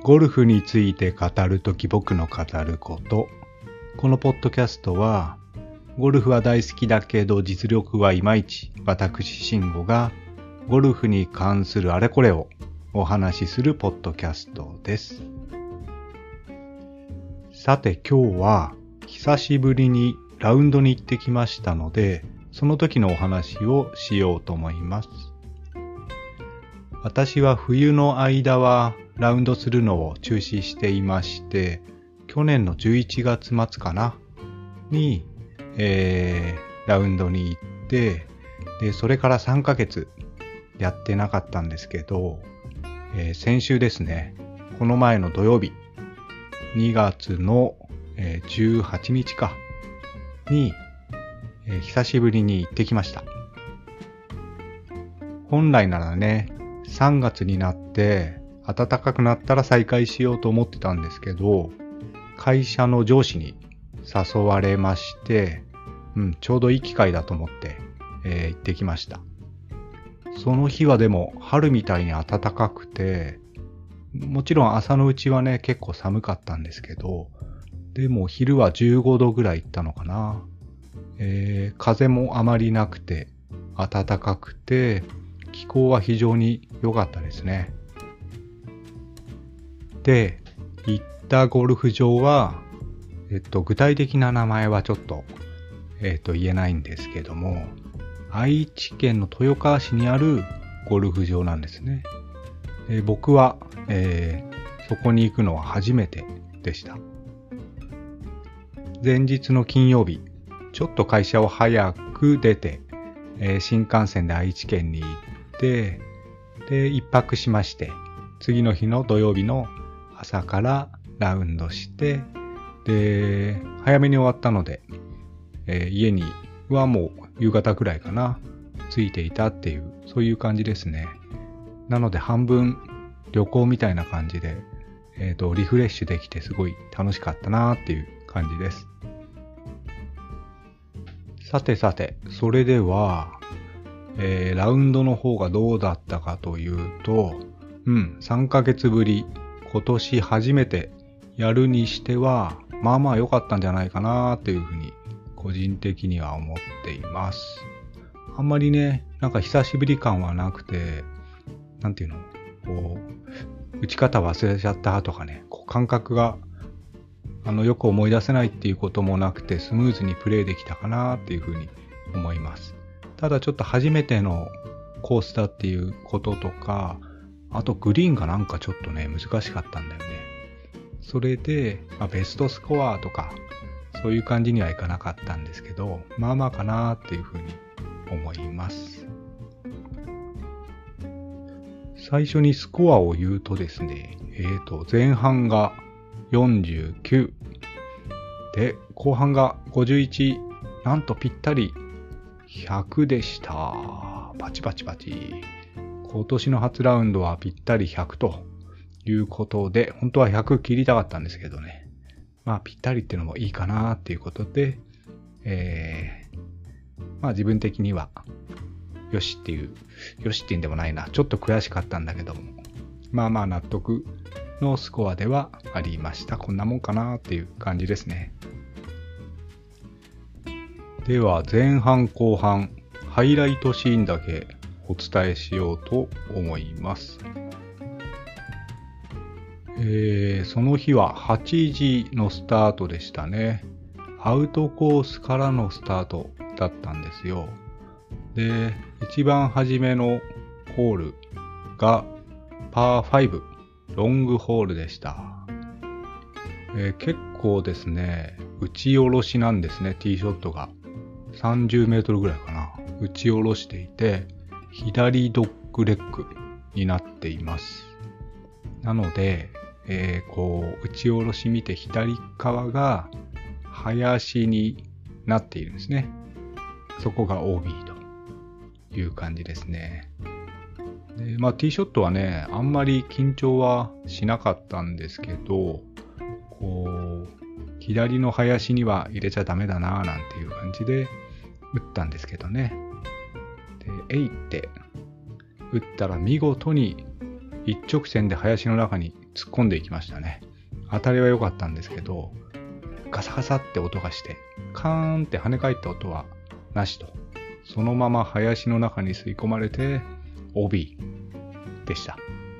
ゴルフについて語るとき僕の語ること。このポッドキャストは、ゴルフは大好きだけど実力はいまいち、私慎吾がゴルフに関するあれこれをお話しするポッドキャストです。さて今日は久しぶりにラウンドに行ってきましたので、その時のお話をしようと思います。私は冬の間はラウンドするのを中止していまして、去年の11月末かなに、ラウンドに行って、でそれから3ヶ月やってなかったんですけど、先週ですね、この前の土曜日、2月の、18日かに、久しぶりに行ってきました。本来ならね、3月になって暖かくなったら再開しようと思ってたんですけど、会社の上司に誘われまして、ちょうどいい機会だと思って、行ってきました。その日はでも春みたいに暖かくて、もちろん朝のうちはね結構寒かったんですけど、でも昼は15度ぐらいいったのかな。風もあまりなくて暖かくて、気候は非常に良かったですね。で、行ったゴルフ場は、具体的な名前はちょっと、言えないんですけども、愛知県の豊川市にあるゴルフ場なんですね。僕は、そこに行くのは初めてでした。前日の金曜日、ちょっと会社を早く出て、新幹線で愛知県に行って、で一泊しまして、次の日の土曜日の朝からラウンドして、で早めに終わったので、家にはもう夕方くらいかな着いていたっていう、そういう感じですね。なので半分旅行みたいな感じで、リフレッシュできてすごい楽しかったなっていう感じです。さて、それでは、ラウンドの方がどうだったかというと、3ヶ月ぶり、今年初めてやるにしては、まあまあ良かったんじゃないかなっていうふうに個人的には思っています。あんまりね、なんか久しぶり感はなくて、なんていうの、こう打ち方忘れちゃったとかね、こう感覚がよく思い出せないっていうこともなくて、スムーズにプレーできたかなっていうふうに思います。ただちょっと初めてのコースだっていうこととか、あとグリーンがなんかちょっとね難しかったんだよね。それで、ベストスコアとかそういう感じにはいかなかったんですけど、まあまあかなっていうふうに思います。最初にスコアを言うとですね、前半が49で、後半が51、なんとぴったり100でした。パチパチパチ。今年の初ラウンドはぴったり100ということで、本当は100切りたかったんですけどね。まあぴったりっていうのもいいかなっていうことで、自分的にはよしっていうんでもないな。ちょっと悔しかったんだけども、まあまあ納得のスコアではありました。こんなもんかなっていう感じですね。では前半後半ハイライトシーンだけお伝えしようと思います。その日は8時のスタートでしたね。アウトコースからのスタートだったんですよ。で、一番初めのホールがパー5、ロングホールでした。結構ですね、打ち下ろしなんですね。ティーショットが30メートルぐらいかな、打ち下ろしていて、左ドッグレッグになっています。なので、こう打ち下ろし見て左側が林になっているんですね。そこが OB という感じですね。で、ティーショットはね、あんまり緊張はしなかったんですけど、こう左の林には入れちゃダメだななんていう感じで打ったんですけどね。で、って打ったら見事に一直線で林の中に突っ込んでいきましたね。当たりは良かったんですけど、ガサガサって音がして、カーンって跳ね返った音はなしと。そのまま林の中に吸い込まれて、OB でした。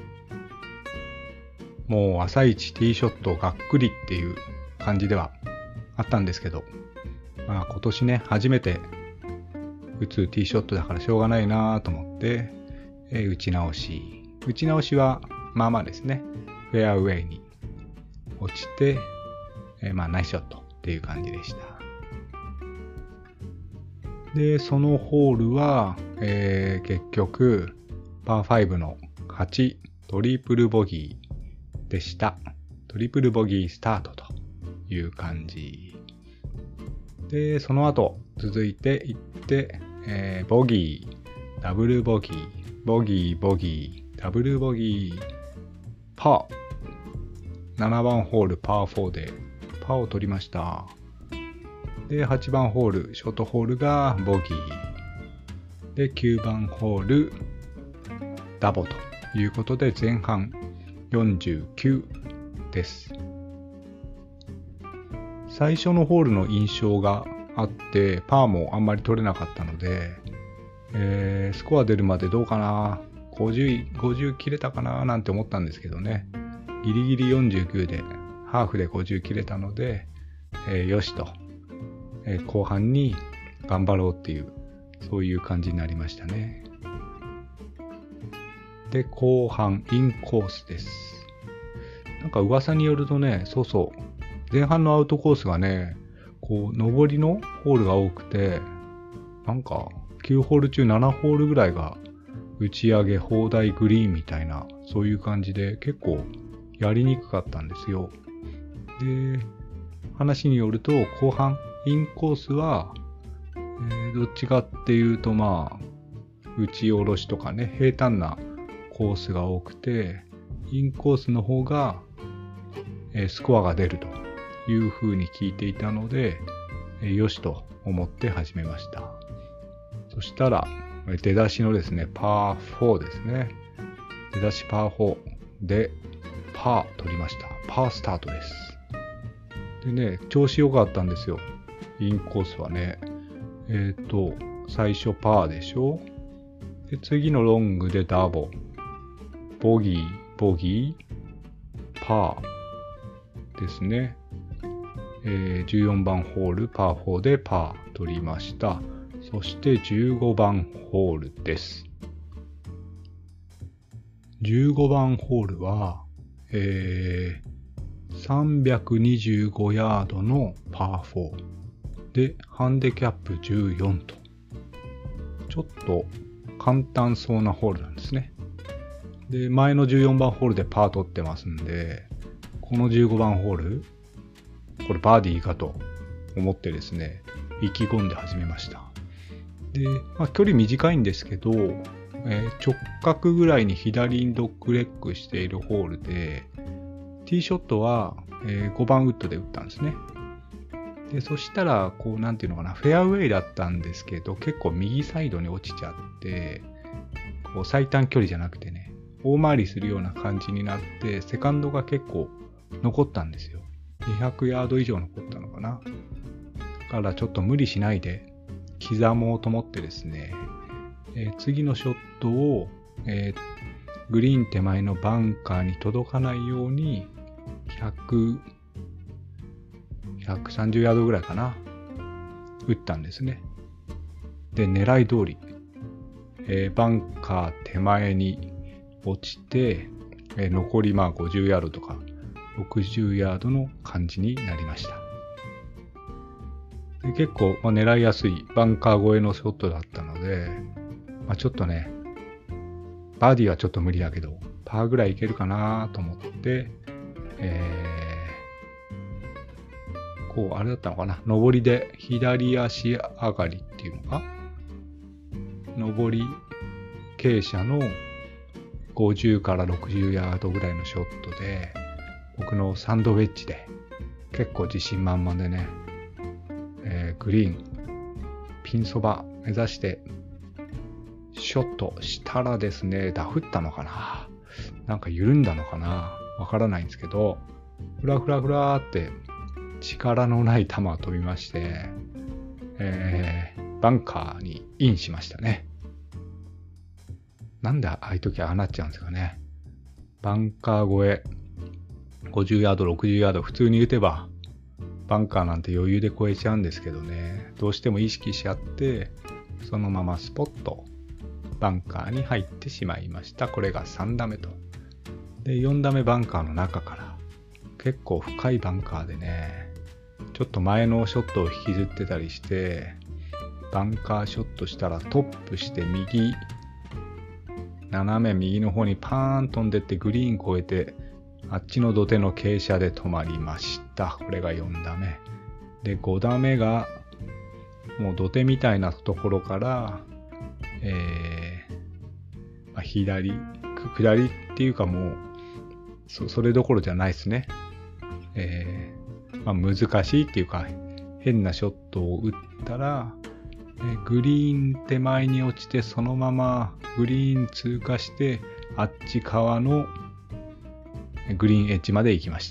もう朝一ティーショットがっくりっていう感じではあったんですけど、今年ね、初めて打つティーショットだからしょうがないなと思って、打ち直しはまあまあですね、フェアウェイに落ちて、ナイスショットっていう感じでした。で、そのホールは、結局パー5の8トリプルボギーでした。トリプルボギースタートという感じで、その後続いていって、ボギー、ダブルボギー、ボギー、ボギー、ダブルボギー、パー。7番ホールパー4でパーを取りました。で、8番ホール、ショートホールがボギー。で、9番ホール、ダボということで前半49です。最初のホールの印象があって、パーもあんまり取れなかったので、スコア出るまでどうかな、50切れたかななんて思ったんですけどね、ギリギリ49で、ハーフで50切れたので、よしと、後半に頑張ろうっていう、そういう感じになりましたね。で、後半、インコースです。なんか噂によるとね、前半のアウトコースがね、上りのホールが多くて、なんか9ホール中7ホールぐらいが打ち上げ放題グリーンみたいな、そういう感じで結構やりにくかったんですよ。で、話によると後半インコースは、どっちかっていうと打ち下ろしとかね、平坦なコースが多くて、インコースの方が、スコアが出るという風に聞いていたので、よしと思って始めました。そしたら出だしのですね、パー4ですね。出だしパー4でパー取りました。パースタートです。でね、調子良かったんですよ。インコースはね。最初パーでしょ。で、次のロングでダボ。ボギー、ボギー、パーですね。14番ホールパー4でパー取りました。そして15番ホールです。15番ホールは、325ヤードのパー4でハンデキャップ14と、ちょっと簡単そうなホールなんですね。で、前の14番ホールでパー取ってますんで、この15番ホール、これバーディーかと思ってですね、意気込んで始めました。で、距離短いんですけど、直角ぐらいに左にドッグレッグしているホールで、ティーショットは、5番ウッドで打ったんですね。で、そしたら、なんていうのかな、フェアウェイだったんですけど、結構右サイドに落ちちゃって、最短距離じゃなくてね、大回りするような感じになって、セカンドが結構残ったんですよ。200ヤード以上残ったのかな。だからちょっと無理しないで刻もうと思ってですね、次のショットを、グリーン手前のバンカーに届かないように130ヤードぐらいかな、打ったんですね。で、狙い通り、バンカー手前に落ちて、残り50ヤードとか60ヤードの感じになりました。で、結構、狙いやすいバンカー越えのショットだったので、ちょっとね、バーディーはちょっと無理だけど、パーぐらいいけるかなと思って、あれだったのかな、上りで左足上がりっていうのか、上り傾斜の50から60ヤードぐらいのショットで、僕のサンドウェッジで結構自信満々でね、グリーンピンそば目指してショットしたらですね、ダフったのかな、なんか緩んだのかな、 わからないんですけど、ふらふらふらって力のない球が飛びまして、バンカーにインしましたね。なんでああいう時ああなっちゃうんですかね。バンカー越え、50ヤード、60ヤード普通に打てば、バンカーなんて余裕で越えちゃうんですけどね、どうしても意識しちゃって、そのままスポッとバンカーに入ってしまいました。これが3打目と。で、4打目バンカーの中から、結構深いバンカーでね、ちょっと前のショットを引きずってたりして、バンカーショットしたらトップして斜め右の方にパーン飛んでってグリーン越えて、あっちの土手の傾斜で止まりました。これが4打目。で、5打目が、もう土手みたいなところから、左、下りっていうかもう、それどころじゃないですね。難しいっていうか、変なショットを打ったら、グリーン手前に落ちて、そのままグリーン通過して、あっち側のグリーンエッジまで行きました。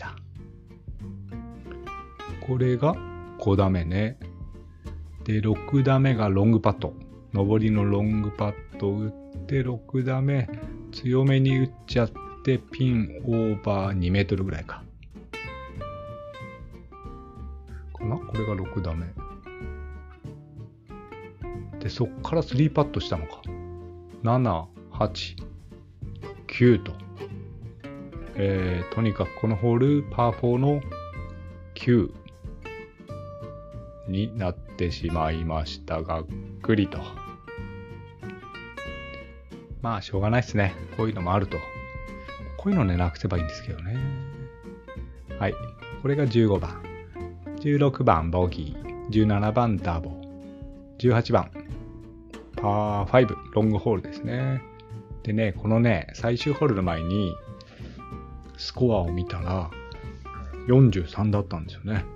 これが5打目ね。で、6打目がロングパット。上りのロングパットを打って、6打目、強めに打っちゃって、ピンオーバー2メートルぐらいか。これが6打目。で、そっから3パットしたのか。7、8、9と。とにかくこのホール、パー4の9になってしまいました。がっくりと。まあ、しょうがないですね。こういうのもあると。こういうのね、なくせばいいんですけどね。はい。これが15番。16番、ボギー。17番、ダボ。18番、パー5、ロングホールですね。でね、このね、最終ホールの前に、スコアを見たら、43だったんですよね。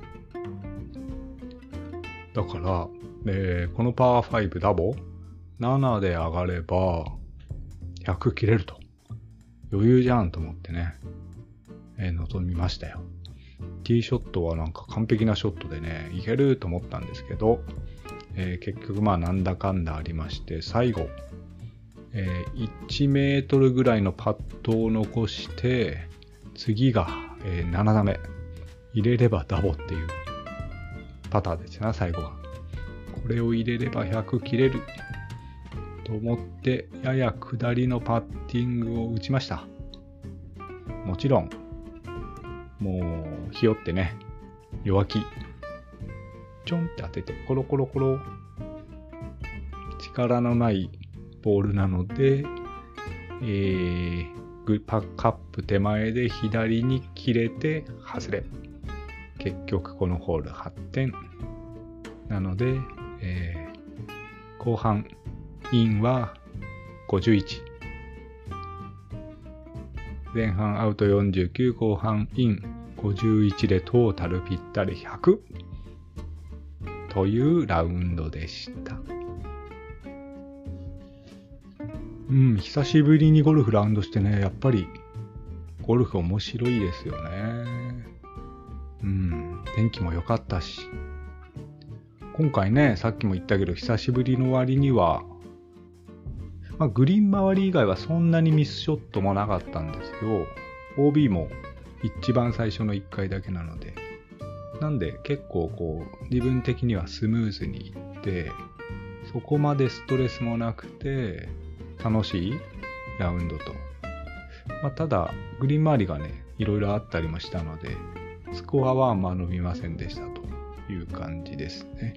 だから、このパー5ダボ、7で上がれば、100切れると。余裕じゃんと思ってね、臨みましたよ。ティーショットはなんか完璧なショットでね、いけると思ったんですけど、結局まあなんだかんだありまして、最後、1メートルぐらいのパットを残して、次が、7打目。入れればダボっていうパターですよね、最後は。これを入れれば100切れると思って、やや下りのパッティングを打ちました。もちろん、もう、ひよってね、弱気。ちょんって当てて、コロコロコロ。力のないボールなので、カップ手前で左に切れて外れ。結局このホール8点。なので、後半、インは51。前半アウト49、後半イン51でトータルぴったり100というラウンドでした。久しぶりにゴルフラウンドしてね、やっぱりゴルフ面白いですよね。天気も良かったし。今回ね、さっきも言ったけど、久しぶりの割には、グリーン周り以外はそんなにミスショットもなかったんですよ。OB も一番最初の1回だけなので。なんで結構自分的にはスムーズにいって、そこまでストレスもなくて、楽しいラウンドと。ただ、グリーン周りがね、いろいろあったりもしたので、スコアは伸びませんでしたという感じですね。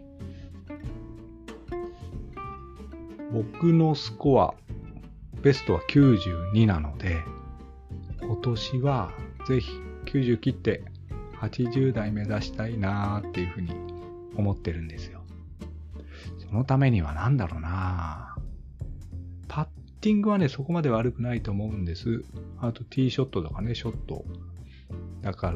僕のスコア、ベストは92なので、今年はぜひ90切って80台目指したいなーっていうふうに思ってるんですよ。そのためにはなんだろうな、パッティングはね、そこまで悪くないと思うんです。あとティーショットとかね、ショット。だから、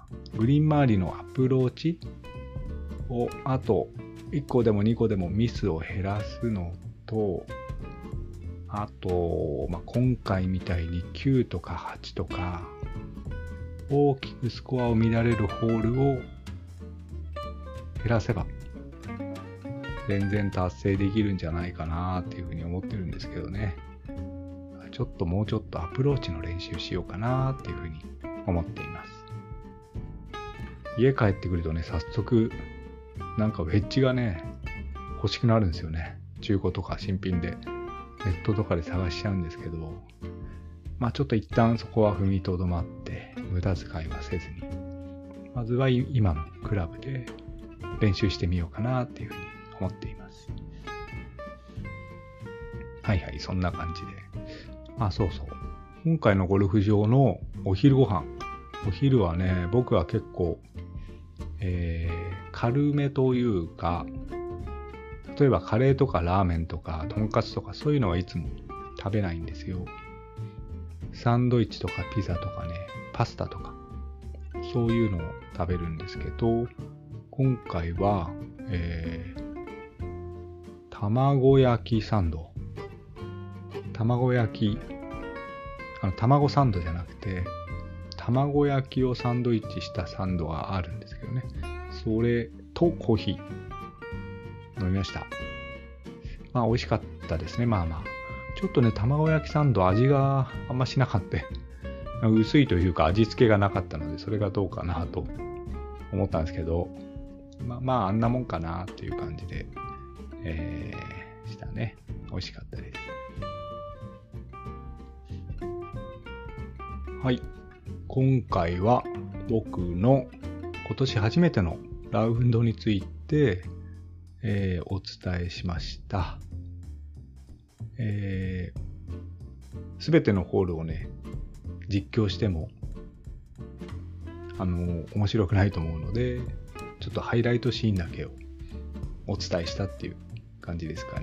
グリーン周りのアプローチを、あと1個でも2個でもミスを減らすのと、あと、今回みたいに9とか8とか、 大きくスコアを乱れるホールを減らせば全然達成できるんじゃないかなっていうふうに思ってるんですけどね。もうちょっとアプローチの練習しようかなっていうふうに思っています。家帰ってくるとね、早速なんかウェッジがね欲しくなるんですよね。中古とか新品でネットとかで探しちゃうんですけど、ちょっと一旦そこは踏みとどまって無駄遣いはせずに、まずは今のクラブで練習してみようかなっていうふうに思っています。はいはい、そんな感じで。そうそう。今回のゴルフ場のお昼ご飯。お昼はね、僕は結構、軽めというか、例えばカレーとかラーメンとかとんかつとかそういうのはいつも食べないんですよ。サンドイッチとかピザとかね、パスタとか、そういうのを食べるんですけど、今回は、卵焼きサンド。卵サンドじゃなくて、卵焼きをサンドイッチしたサンドがあるんですけどね。それとコーヒー飲みました。美味しかったですね。ちょっとね、卵焼きサンド味があんましなかった。薄いというか味付けがなかったので、それがどうかなと思ったんですけど、あんなもんかなっていう感じで、したね。美味しかったです。はい。今回は僕の今年初めてのラウンドについて、お伝えしました。すべてのホールをね、実況しても、面白くないと思うので、ちょっとハイライトシーンだけをお伝えしたっていう感じですかね。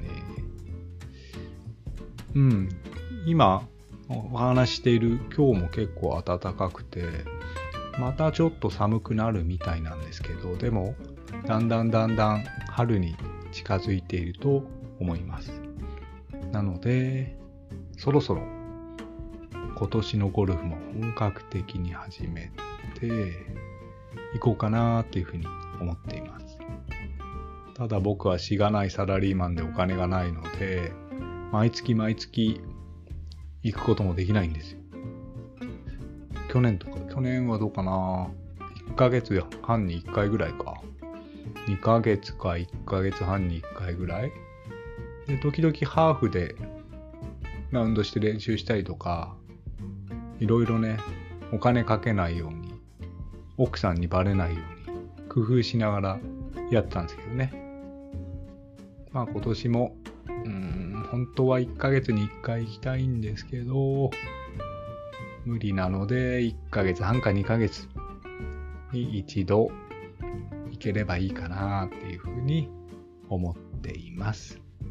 今お話している今日も結構暖かくて、またちょっと寒くなるみたいなんですけど、でもだんだん春に近づいていると思います。なのでそろそろ今年のゴルフも本格的に始めていこうかなっていうふうに思っています。ただ僕はしがないサラリーマンでお金がないので、毎月行くこともできないんですよ。去年はどうかな、1ヶ月半に1回ぐらいか。2ヶ月か1ヶ月半に1回ぐらい。で、時々ハーフでラウンドして練習したりとか、いろいろね、お金かけないように、奥さんにバレないように工夫しながらやったんですけどね。今年も本当は1ヶ月に1回行きたいんですけど、無理なので1ヶ月半か2ヶ月に一度行ければいいかなっていうふうに思っています。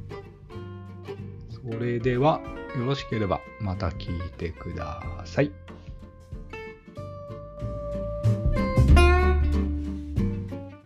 それではよろしければまた聞いてください。